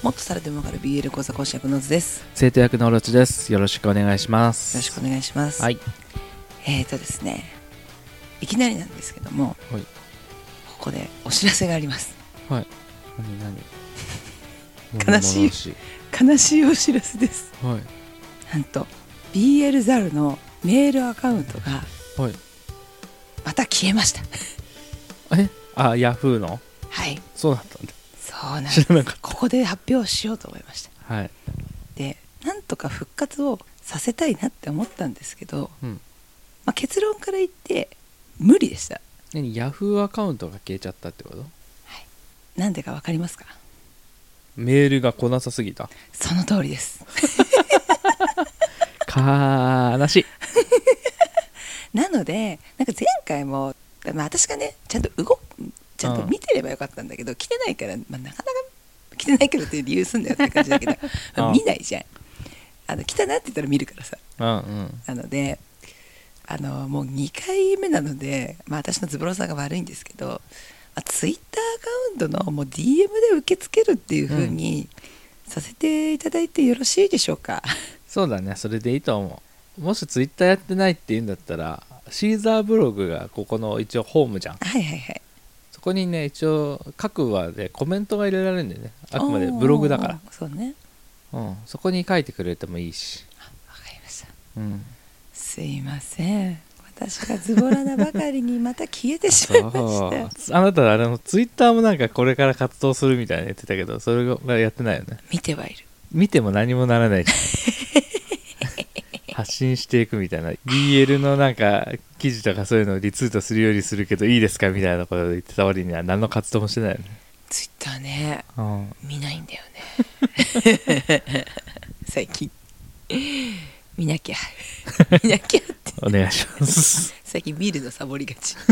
もっとされてもわかる BL 講座講師役の図です。 生徒役のオロチです。よろしくお願いします。 よろしくお願いします。 はい。 ですね、いきなりなんですけども、 はい、 ここでお知らせがあります。 はい。 悲しいお知らせです。 はい。 なんと BL ザルのメールアカウントがまた消えました。 ヤフーの？ はい。 そうだったんだ。 そうなんです。 知らなかった。 ここで発表しようと思いました。 はい。 で、なんとか復活をさせたいなって思ったんですけど、結論から言って無理でした。 ヤフーアカウントが消えちゃったってこと？はい。 なんでかわかりますか？ メールが来なさすぎた。 その通りです。 悲しい。 なのでなんか前回も、私がねちゃんと見てればよかったんだけど、来てないから、なかなか来てないからっていう理由すんだよって感じだけど見ないじゃん。来たなって言ったら見るからさ。なのでもう2回目なので、私のズボロさんが悪いんですけど、ツイッターアカウントのもう DM で受け付けるっていう風にさせていただいてよろしいでしょうか？ そうだね、それでいいと思う。もしツイッターやってないって言うんだったら、シーザーブログがここの一応ホームじゃん。 はいはいはい。 そこにね、一応各話でコメントが入れられるんだよね。あくまでブログだから。 そうね。 そこに書いてくれてもいいし。 わかりました。すいません、私がズボラなばかりにまた消えてしまいました。 あなたツイッターもなんかこれから活動するみたいな言ってたけど、それがやってないよね。 見てはいる。 見ても何もならないじゃん。発信していくみたいな BL のなんか記事とかそういうのをリツイートするよりするけどいいですかみたいなことを言ってた割には何の活動もしてないよね。 ツイッターね、見ないんだよね。最近見なきゃってお願いします。 最近見るのサボりがち。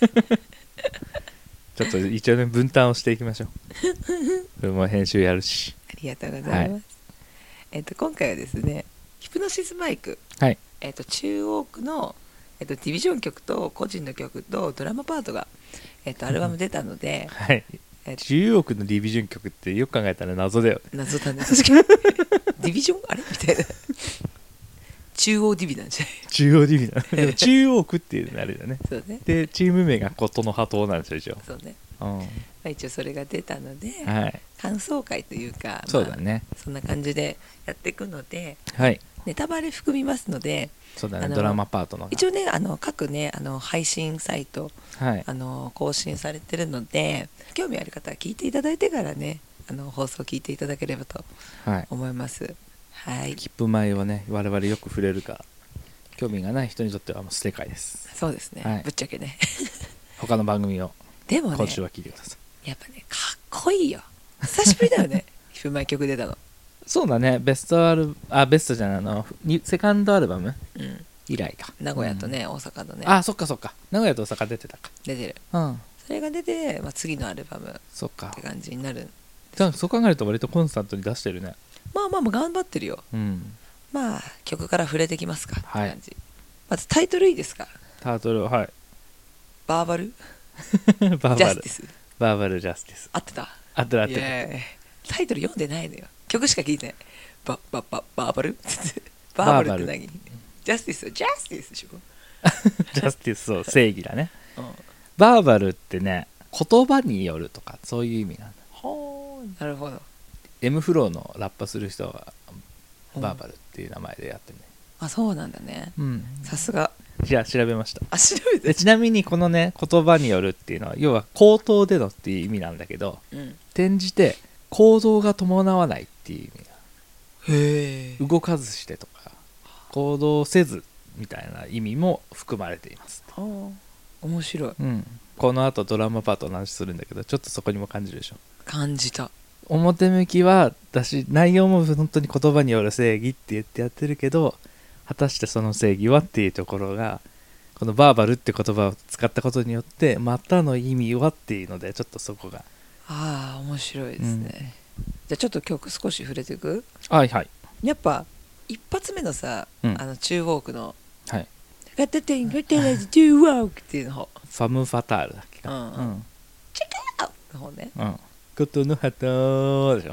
ちょっと一応ね、分担をしていきましょう。これも編集やるし。 ありがとうございます。今回はですね、ヒプノシスマイク、中央区の、ディビジョン曲と個人の曲とドラマパートが、アルバム出たので、 中央区のディビジョン曲ってよく考えたら謎だよね。 謎だね、確かに。ディビジョンあれみたいな。中央ディビなんじゃない？ 中央ディビなんでも中央区っていうのあれだね。 そうね。 でチーム名が琴の葉党なんですよ一応。 そうね。一応それが出たので、感想会というか、 そうだね、 そんな感じでやっていくので、ネタバレ含みますので、 そうだね、ドラマパートの一応ね、各ね配信サイト、更新されてるので、興味ある方は聞いていただいてからね、放送を聞いていただければと思います。 切符前をね、我々よく触れるから興味がない人にとってはもう正解です。 そうですね、ぶっちゃけね。 他の番組をでもね、 今週は聞いてください。 やっぱね、かっこいいよ。久しぶりだよね。切符前曲出たの。 そうだね、ベストじゃないセカンドアルバム、以来か。 名古屋とね、大阪のね。 そっか名古屋と大阪出てたか。 出てる。それが出て、次のアルバムって感じになる。 そう考えると割とコンスタントに出してるね。 まあ頑張ってるよ。曲から触れてきますかって感じ。まずタイトルいいですか？ タイトル、 バーバルジャスティス。 バーバルジャスティス。 合ってた。 合ってる。 タイトル読んでないのよ。曲しか聞いてない。バーバルバーバルって何？ジャスティスでしょ。 ジャスティス、そう、正義だね。バーバルってね、言葉によるとかそういう意味なんだ。 なるほど。 M フローのラッパする人はバーバルっていう名前でやってるね。 そうなんだね。さすが。 じゃあ調べました。 調べて。 ちなみにこのね、言葉によるっていうのは要は口頭でのっていう意味なんだけど、転じて行動が伴わないっていう意味が、動かずしてとか行動せずみたいな意味も含まれています。 面白い。 この後ドラマパートの話するんだけど、ちょっとそこにも感じるでしょ。 感じた。 表向きはだし、内容も本当に言葉による正義って言ってやってるけど、果たしてその正義はっていうところが、このバーバルって言葉を使ったことによってまたの意味はっていうので、ちょっとそこが面白いですね。じゃあちょっと曲少し触れていく？やっぱ一発目のさ、中央区のガッタテンガッタラジ中央区っていうの方、 ファム・ファタールだっけか。 チェックアウトの方ね。 ことの旗でしょ。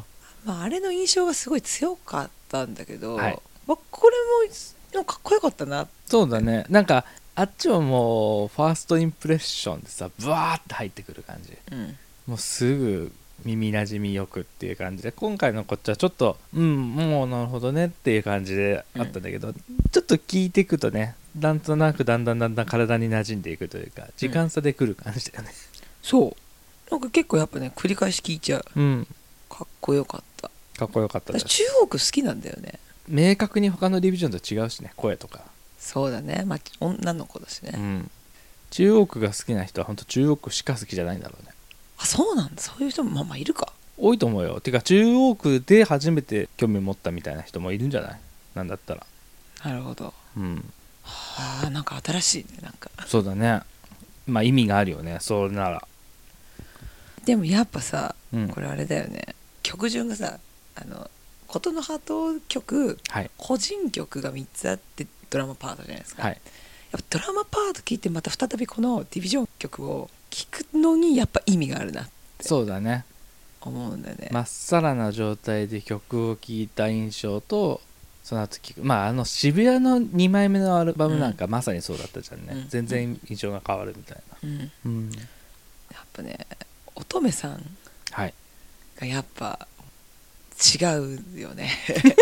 まあ、あれの印象がすごい強かったんだけど、 はいまあ、これもでもかっこよかったな。 そうだね。なんかあっちはもうファーストインプレッションでさブワーって入ってくる感じ、もうすぐ耳なじみよくっていう感じで、今回のこっちはちょっともうなるほどねっていう感じであったんだけど、ちょっと聞いていくとね、なんとなくだんだん体に馴染んでいくというか、時間差で来る感じだよね、 そうなんか結構やっぱね繰り返し聞いちゃう。かっこよかった。 かっこよかったです。 私中国好きなんだよね。 明確に他のディビジョンと違うしね、声とか。 そうだね、まあ、女の子だしね、 中国が好きな人は本当中国しか好きじゃないんだろうね。 あ、そうなんだ。そういう人もまあいるか。 多いと思うよ。てか中国で初めて興味持ったみたいな人もいるんじゃない、なんだったら。 なるほど。はあ、なんか新しいね。なんかそうだね。まあ意味があるよね、それなら。 でもやっぱさ、これあれだよね、曲順がさ、琴の葉と曲、個人曲が3つあってドラマパートじゃないですか、やっぱドラマパート聞いてまた再びこのディビジョン曲を聴くのにやっぱ意味があるなってそうだね、 思うんだよね。 まっさらな状態で曲を聴いた印象と、その後聴く、まあ渋谷の2枚目のアルバムなんかまさにそうだったじゃんね、全然印象が変わるみたいな、 やっぱね乙女さんがやっぱ違うよね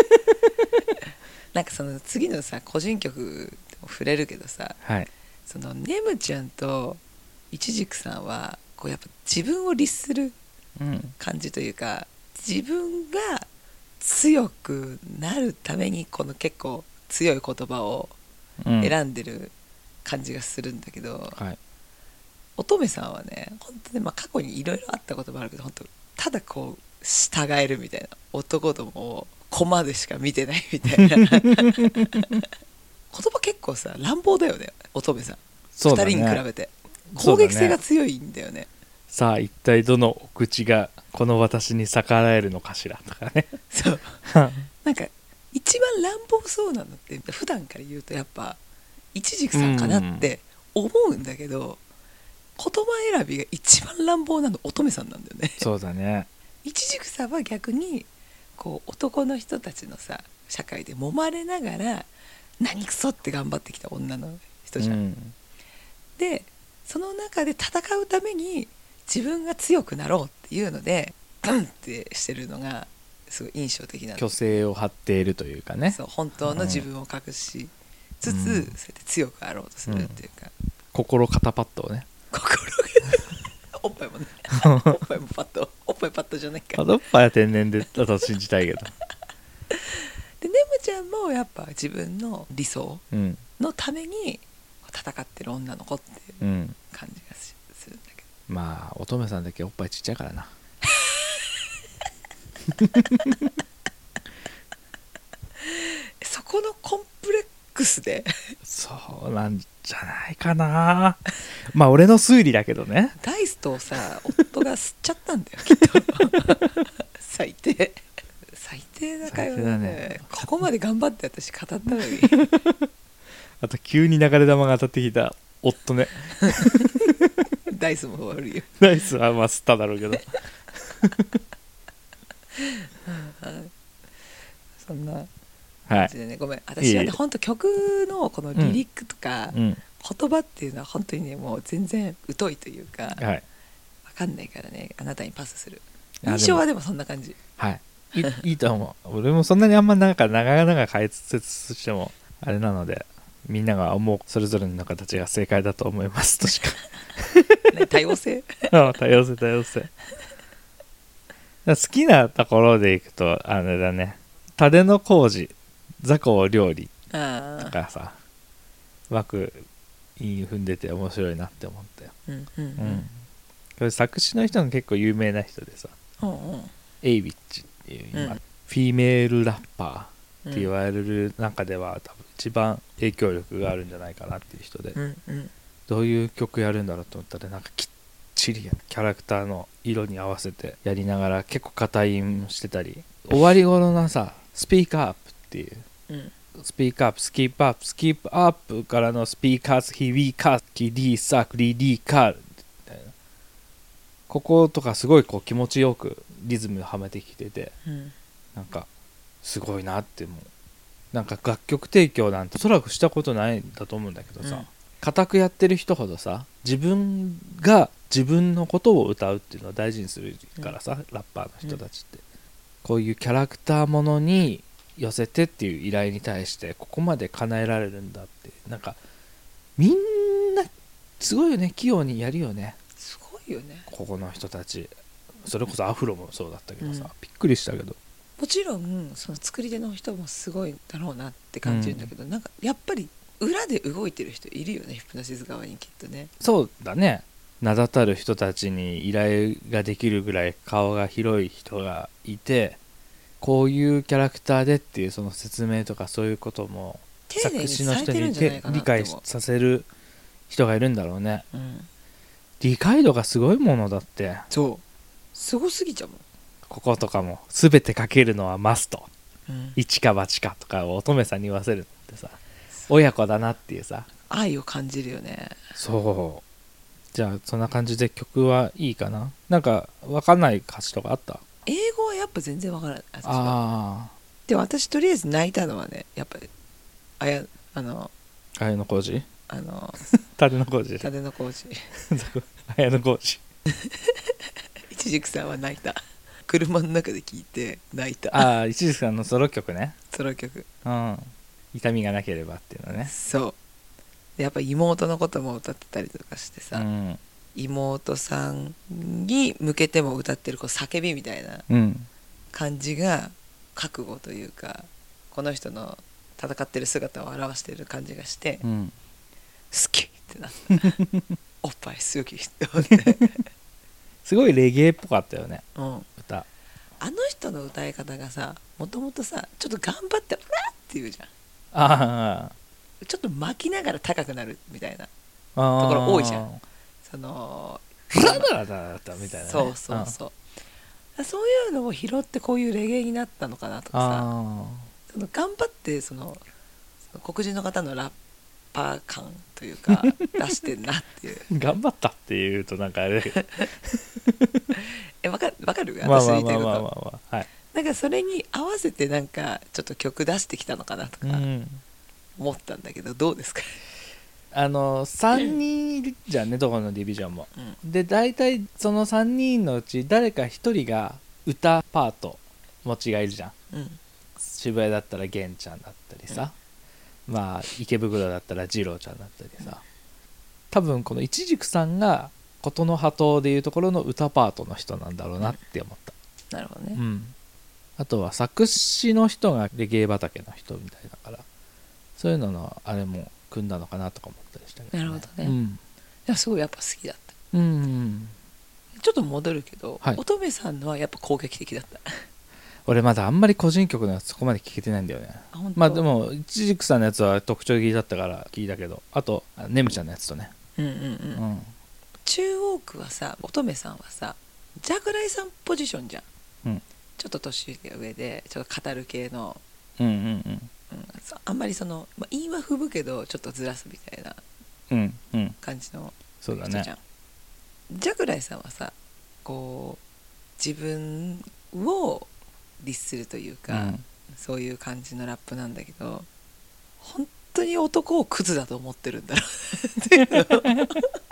なんかその次のさ個人曲でも触れるけどさ、そのネムちゃんといちじくさんはこうやっぱ自分を律する感じというか、自分が強くなるためにこの結構強い言葉を選んでる感じがするんだけど、乙女さんはね本当にまあ過去にいろいろあったこともあるけど、本当ただこう従えるみたいな、男どもをコマでしか見てないみたいな言葉結構さ乱暴だよね乙女さん、2人に比べて攻撃性が強いんだよね。 さあ一体どのお口がこの私に逆らえるのかしらとかねそうなんか一番乱暴そうなのって普段から言うとやっぱいちじくさんかなって思うんだけど、言葉選びが一番乱暴なの乙女さんなんだよね。 そうだね。 いちじくさんは逆にこう男の人たちのさ社会で揉まれながら何くそって頑張ってきた女の人じゃん、でその中で戦うために自分が強くなろうっていうのでガンってしてるのがすごい印象的なの。 虚勢を張っているというかね、 そう本当の自分を隠しつつ、そうやって強くあろうとするっていうか、 心肩パッドをね、 心おっぱいもねおっぱいもパッド、おっぱいパッドじゃないか、 おっぱいは天然でだと信じたいけどでネムちゃんもやっぱ自分の理想のために戦ってる女の子っていう感じがするんだけど、 まあ乙女さんだけおっぱいちっちゃいからなそこのコンプレックスでそうなんじゃないかなまあ俺の推理だけどね。 ダイスとさ夫が吸っちゃったんだよきっと最低だからね、ここまで頑張って私語ったのにあと急に流れ弾が当たってきた夫ねダイスも悪いよ。 ダイスはまあ吸っただろうけどそんな感じでね、ごめん私はね本当曲のこのリリックとか、言葉っていうのは本当にねもう全然疎いというか、分かんないからねあなたにパスする。印象はでもそんな感じ。 いいと思う。俺もそんなにあんまなんか長々解説してもあれなので、みんなが思うそれぞれの形が正解だと思いますとしか多様性多様性好きなところでいくとあれだね、タレの工事雑魚料理とかさ、枠いい踏んでて面白いなって思ったよ。これ作詞の人が結構有名な人でさ、エイビッチっていう今、フィメールラッパーって言われる中では多分一番影響力があるんじゃないかなっていう人で、どういう曲やるんだろうと思ったらなんかきっちりキャラクターの色に合わせてやりながら結構硬いもしてたり、終わり頃のさスピーカーアップっていう、スピーカーアップスキップアップスキップアップからのスピーカーズヒビーカーキディーサークリディーカーみたいな、こことかすごいこう気持ちよくリズムはめてきてて、 なんかすごいなって思う。なんか楽曲提供なんておそらくしたことないんだと思うんだけどさ、固くやってる人ほどさ、自分が自分のことを歌うっていうのを大事にするからさ、ラッパーの人たちって、こういうキャラクターものに寄せてっていう依頼に対してここまで叶えられるんだって、なんかみんなすごいよね、器用にやるよね。 すごいよね、 ここの人たち。それこそアフロもそうだったけどさ、びっくりしたけど。 もちろんその作り手の人もすごいだろうなって感じるんだけど、なんかやっぱり裏で動いてる人いるよね、ヒプノシス側にきっとね。 そうだね、名だたる人たちに依頼ができるぐらい顔が広い人がいて、こういうキャラクターでっていうその説明とかそういうことも作詞の人に理解させる人がいるんだろうね、理解度がすごいものだって。 そうすごすぎちゃうもん。 こことかも全てかけるのはマスト、一か八かとかを乙女さんに言わせるってさ、親子だなっていうさ、 愛を感じるよね。 そう。じゃあそんな感じで曲はいいかな。なんか分かんない歌詞とかあった？ 英語はやっぱ全然分からない。 ああ。 で私とりあえず泣いたのはね、やっぱり綾野浩二立野浩二綾野浩二いちじくさんは泣いた。車の中で聴いて泣いた。 ああ、いちじくさんのソロ曲ね。 ソロ曲、 痛みがなければっていうのね。 そうでやっぱ妹のことも歌ってたりとかしてさ、妹さんに向けても歌ってるこう叫びみたいな感じが覚悟というか、この人の戦ってる姿を表している感じがして、好きってなったおっぱい好きって思ってすごいレゲエっぽかったよね、歌。 あの人の歌い方がさ、もともとさちょっと頑張って「うわっ!」って言うじゃん。ちょっと巻きながら高くなるみたいなところ多いじゃん。そのララララみたいな、ね、 そうそういうのを拾ってこういうレゲエになったのかなとかさ、その頑張ってその黒人の方のラッパー感というか出してんなっていう頑張ったっていうとなんかあれわかる私の言ってること。 はい、 なんかそれに合わせてなんかちょっと曲出してきたのかなとか思ったんだけど、どうですか 3人いるじゃんね、どこのディビジョンも、で大体その3人のうち誰か1人が歌パート持ちがいるじゃん、渋谷だったら玄ちゃんだったりさ、まあ池袋だったら二郎ちゃんだったりさ、多分このいちじくさんが琴の葉島でいうところの歌パートの人なんだろうなって思った、 なるほどね、 あとは作詞の人がレゲエ畑の人みたいだから、そういうののあれも組んだのかなとか思ったりしたけど、ね、 なるほどね、いやすごいやっぱ好きだった、ちょっと戻るけど、乙女さんのはやっぱ攻撃的だった俺まだあんまり個人曲のやつそこまで聴けてないんだよね。まあでもいちじくさんのやつは特徴的だったから聴いたけど、あとねむちゃんのやつとね、 中央区はさ、乙女さんはさジャグライさんポジションじゃん、ちょっと年上でちょっと語る系の、あんまりその、韻は踏むけどちょっとずらすみたいな感じの人じゃん、ジャグライさんはさこう自分を律するというか、そういう感じのラップなんだけど、本当に男をクズだと思ってるんだろう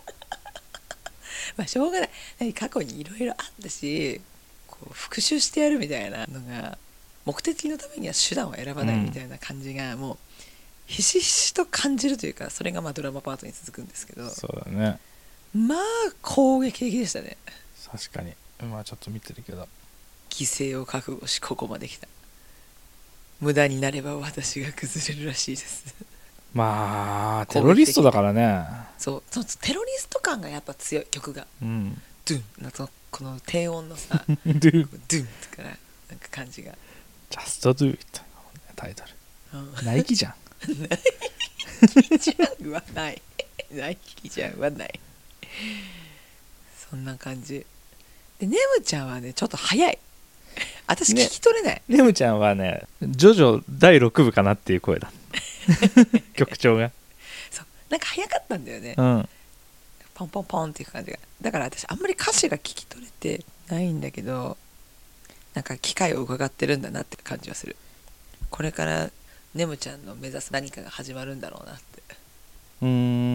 まあしょうがない、過去にいろいろあったし、こう復讐してやるみたいなのが目的のためには手段を選ばないみたいな感じがもうひしひしと感じるというか、それがまあドラマパートに続くんですけど、 そうだね、 まあ攻撃的でしたね。 確かに、まあちょっと見てるけど、 犠牲を覚悟しここまで来た、無駄になれば私が崩れるらしいですまあテロリストだからね。 そうテロリスト感がやっぱ強い曲が、ドゥンこの低音のさドゥンからなんか感じが Just Do It タイトル、ナイキじゃんナイキじゃんはないナイキじゃんはない、そんな感じで、ねむちゃんはねちょっと早い、私聞き取れない、 ねむちゃんはねジョジョ第6部かなっていう声だ曲調がそうなんか早かったんだよね、ポンポンポンっていう感じが、だから私あんまり歌詞が聞き取れてないんだけど、 なんか機会を伺ってるんだなって感じはする。これからネムちゃんの目指す何かが始まるんだろうなって。で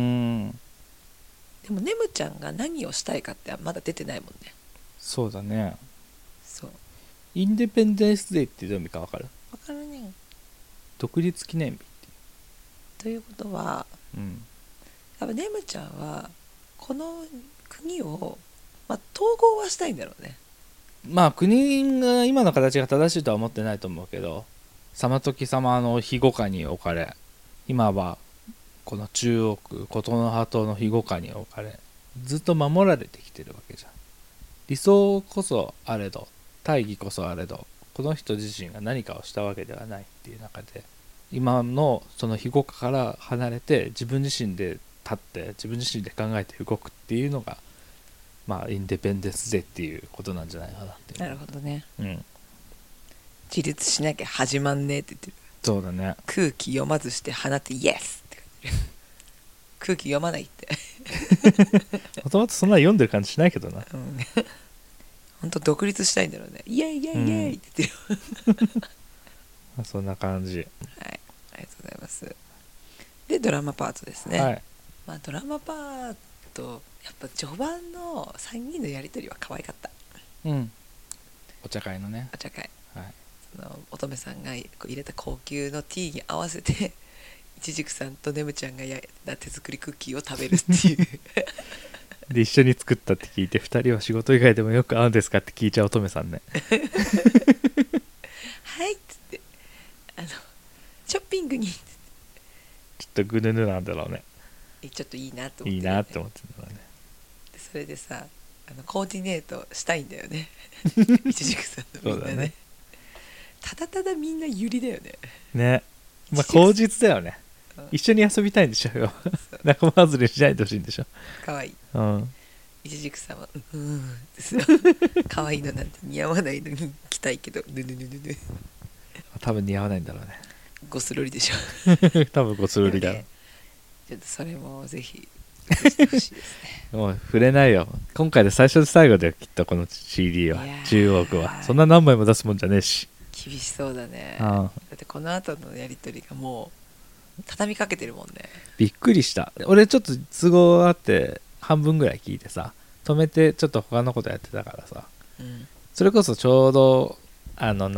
もネムちゃんが何をしたいかってまだ出てないもんね。 そうだね。 そう。 インディペンデンスデーってどういう意味か分かる？ 分かるね。 独立記念日ってということは、やっぱネムちゃんはこの国を、統合はしたいんだろうね。 まあ国が今の形が正しいとは思ってないと思うけど、サマトキ様の庇護下に置かれ、今はこの中国琴の葉島の庇護下に置かれ、ずっと守られてきてるわけじゃん。理想こそあれど、大義こそあれど、この人自身が何かをしたわけではないっていう中で、今のその庇護下から離れて自分自身で立って自分自身で考えて動くっていうのが、インディペンデンスデーっていうことなんじゃないかなっていう。 なるほどね。自立しなきゃ始まんねえって言ってる。 そうだね。 空気読まずして放ってイエスって感じ。空気読まないってもともとそんな読んでる感じしないけどな。 ほんと独立したいんだろうね。イエイイエイイエイって言ってるそんな感じ。 はい、ありがとうございます。でドラマパートですね。 はい。 ドラマパートやっぱ序盤の3人のやり取りは可愛かった。 お茶会のね。 お茶会。 はい。 その乙女さんが入れた高級のティーに合わせていちじくさんとネムちゃんが焼いた手作りクッキーを食べるっていうで一緒に作ったって聞いて、2人は仕事以外でもよく会うんですかって聞いちゃう乙女さんねはいっつってショッピングにちょっとグヌヌなんだろうね。 ちょっといいなと思って、 いいなって思ってるんだろうね。 でそれでさコーディネートしたいんだよねいちじくさんのみんな ねただただみんなユリだよね。 ね。口実だよね。一緒に遊びたいんでしょよ仲間外れしないでほしいんでしょ。 かわいい。いちじくさんはですよかわいいのなんて似合わないのに着たいけどぬぬぬぬぬ多分似合わないんだろうね。 ゴスロリでしょ多分ゴスロリだろう。 ちょっとそれもぜひしてほしいですねもう触れないよ。今回で最初で最後だよきっとこの CD は。10億はそんな何枚も出すもんじゃねえし。 厳しそうだね。だってこの後のやり取りがもう畳みかけてるもんね。びっくりした。俺ちょっと都合あって半分ぐらい聞いてさ、止めてちょっと他のことやってたからさ、それこそちょうど雨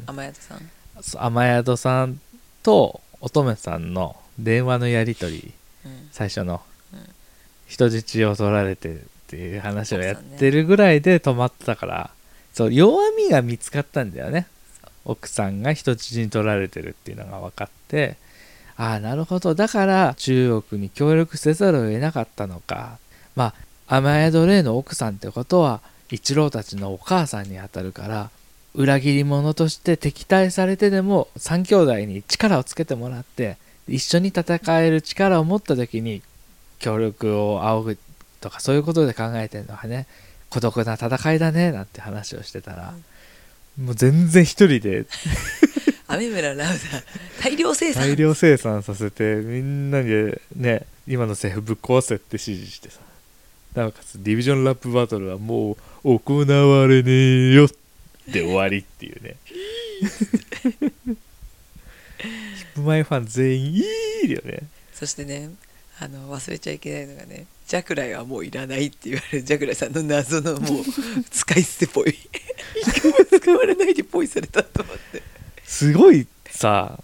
宿さんと乙女さんの電話のやり取り、最初の人質を取られてっていう話をやってるぐらいで止まってたから、そう弱みが見つかったんだよね。奥さんが人質に取られてるっていうのが分かって、なるほど、だから中国に協力せざるを得なかったのか。雨宿霊の奥さんってことは一郎たちのお母さんにあたるから、裏切り者として敵対されてでも3兄弟に力をつけてもらって一緒に戦える力を持った時に協力を仰ぐとか、そういうことで考えてるのはね、孤独な戦いだねなんて話をしてたら、もう全然一人で雨村ラウダ大量生産させて、みんなにね今のセリフぶっ壊せって指示してさ、なおかつディビジョンラップバトルはもう行われねえよで終わりっていうねヒップマイファン全員いいよね。 そしてね忘れちゃいけないのがね、ジャクライはもういらないって言われるジャクライさんの謎のもう使い捨てぽい一回も使われないでポイされたと思ってすごいさ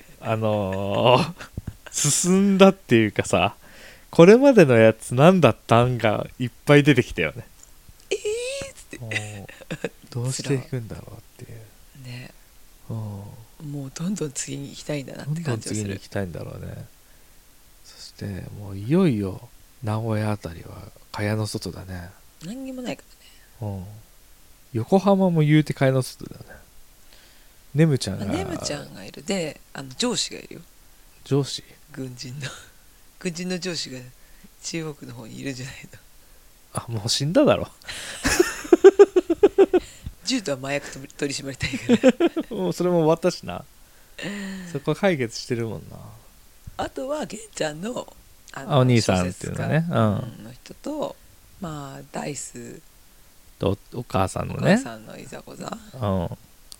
進んだっていうかさ、これまでのやつ何だったんがいっぱい出てきたよね。 っつってどうしていくんだろうっていうね。もうどんどん次に行きたいんだなって感じがする。 どんどん次に行きたいんだろうね。そしてもういよいよ名古屋あたりは蚊帳の外だね。 何にもないからね。 横浜も言うて蚊帳の外だね。ネムちゃんがいる。で上司がいるよ。 上司、 軍人の上司が中国の方にいるんじゃないの。もう死んだだろ銃とは麻薬取り締まりたいからもうそれも終わったしな。そこは解決してるもんな。 あとは玄ちゃんのお兄さんっていうのね、 の人とダイスとお母さんのね、 お母さんのいざこざ、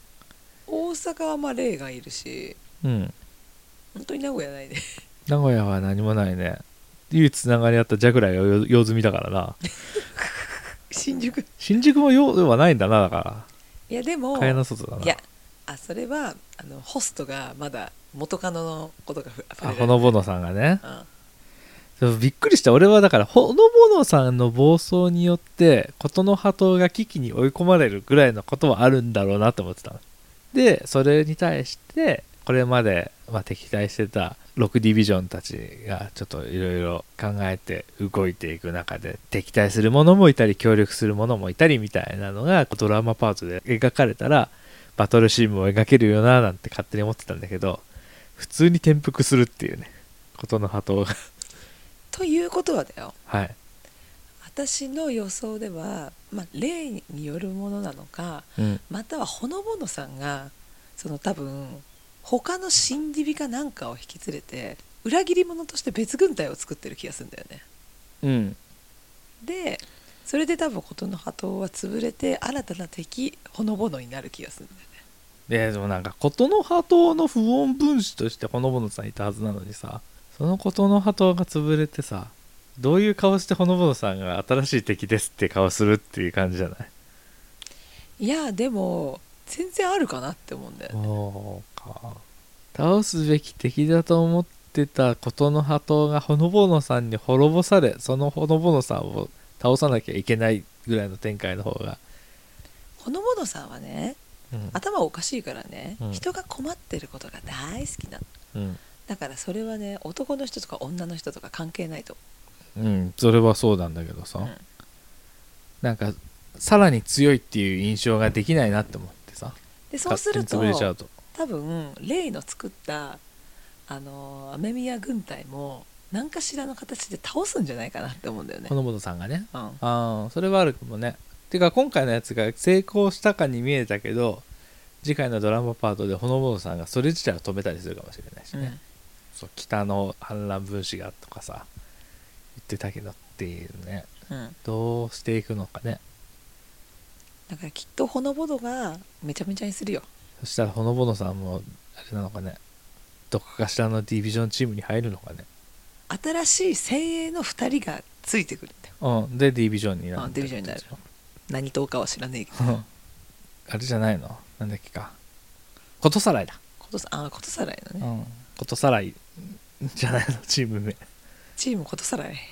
大阪はまあ霊がいるし、 うん、 本当に名古屋ないね。 名古屋は何もないね。唯一つながりあったジャグラーが用済みだからな。 新宿も用ではないんだな。だからいやでも蚊帳の外だな。 いやそれはホストがまだ元カノのことがほのぼのさんがね、 うん、 びっくりした。俺はだからほのぼのさんの暴走によって琴の葉島が危機に追い込まれるぐらいのことはあるんだろうなと思ってたので、それに対してこれまで、敵対してた6ディビジョンたちがちょっといろいろ考えて動いていく中で、敵対する者もいたり協力する者もいたりみたいなのがドラマパートで描かれたらバトルシーンも描けるよななんて勝手に思ってたんだけど、普通に転覆するっていうね、琴の葉島がということはだよ、 はい、 私の予想では、例によるものなのか、 うん、 またはほのぼのさんがその多分他の新ディビかなんかを引き連れて裏切り者として別軍隊を作ってる気がするんだよね。 うん、 でそれで多分琴の葉島は潰れて新たな敵ほのぼのになる気がするんだよね。 でもなんか琴の葉島の不穏分子としてほのぼのさんいたはずなのにさ、その琴の葉島が潰れてさ、どういう顔してほのぼのさんが新しい敵ですって顔するっていう感じじゃない？ いやでも全然あるかなって思うんだよね。 そうか。倒すべき敵だと思ってた琴の葉島がほのぼのさんに滅ぼされ、そのほのぼのさんを倒さなきゃいけないぐらいの展開の方が、 ほのぼのさんはね、頭おかしいからね、 うん、 人が困ってることが大好きなの、 うん、 だからそれはね男の人とか女の人とか関係ないとうん、それはそうなんだけどさ、 思う、 なんかさらに強いっていう印象ができないなって思ってさ、 でそうすると勝手に潰れちゃうと多分レイの作った雨宮軍隊も何かしらの形で倒すんじゃないかなって思うんだよね。 ほのぼのさんがね、 うん、 ああそれはあるかもね。てか今回のやつが成功したかに見えたけど、次回のドラマパートでほのぼのさんがそれ自体を止めたりするかもしれないしね、そう北の反乱分子がとかさ言ってたけどっていうね、どうしていくのかね。 だからきっとほのぼのがめちゃめちゃにするよ。 そしたらほのぼのさんもあれなのかね、どこかしらのディビジョンチームに入るのかね。 新しい精鋭の2人がついてくるんだよ。 でディビジョンになる、 ディビジョンになる。何党かは知らねえけどあれじゃないの、なんだっけか、ことさらいだ。 ことさらいのね、 ことさらいじゃないの、チーム名。 チームことさらい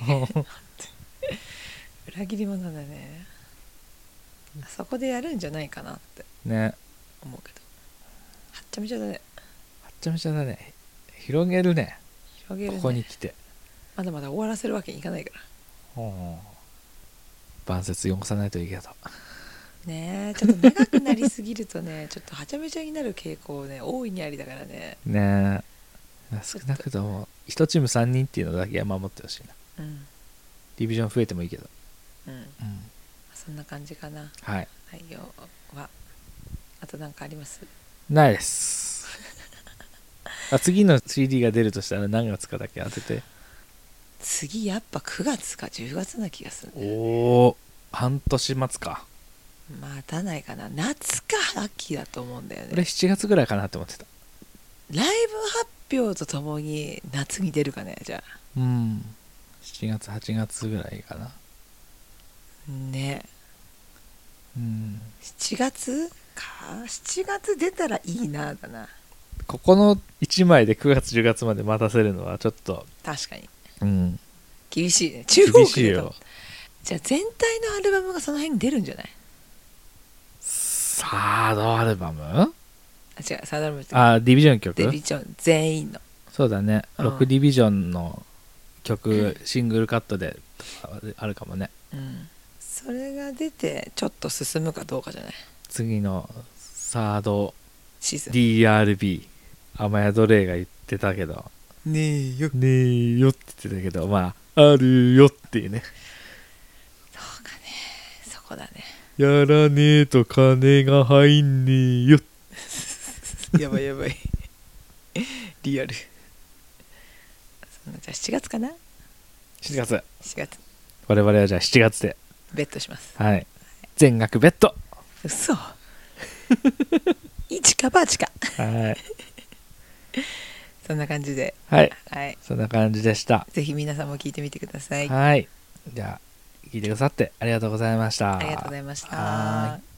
裏切り者だね。そこでやるんじゃないかなってね、 思うけど、はっちゃめちゃだね。 はっちゃめちゃだね。広げるね、 広げるね。 ここに来てまだまだ終わらせるわけにいかないから。 晩節汚さないといいけどねえ、ちょっと長くなりすぎるとねちょっとはちゃめちゃになる傾向ね大いにありだからね。 ねえ、少なくとも1チーム3人っていうのだけは守ってほしいな。ディビジョン増えてもいいけど、 そんな感じかな。 はい、 要はあと何かあります？ ないです次の CD が出るとしたら何月かだけ当てて。 次やっぱ9月か10月な気がする、ね、 おお、半年待つか。 待たないかな。夏か秋だと思うんだよね。 俺7月ぐらいかなって思ってた。 ライブ発表とともに夏に出るかね。じゃあ 7月8月ぐらいかなね。7月か。7月出たらいいなだな。 ここの1枚で9月10月まで待たせるのはちょっと確かに、 厳しいね。中央区でよ。 じゃあ全体のアルバムがその辺に出るんじゃない？ サードアルバム？ 違う、サードアルバムってディビジョン曲？ ディビジョン全員の。 そうだね、6ディビジョンの曲、シングルカットであるかもね。 それが出てちょっと進むかどうかじゃない？ 次のサードシーズン DRB、 雨宿れが言ってたけど、 ねえよって言ってたけど、あるよっていうね。 そうかね、そこだね。 やらねえと金が入んねえよやばいやばいリアル。じゃあ7月かな。 7月我 々はじゃあ7月でベットします。 はい、全額ベット。 嘘1 近場近。 はいそんな感じで、 はい、 はい、 そんな感じでした。 ぜひ皆さんも聞いてみてください。 はい、じゃあ聞いてくださってありがとうございました。 ありがとうございました。 はい。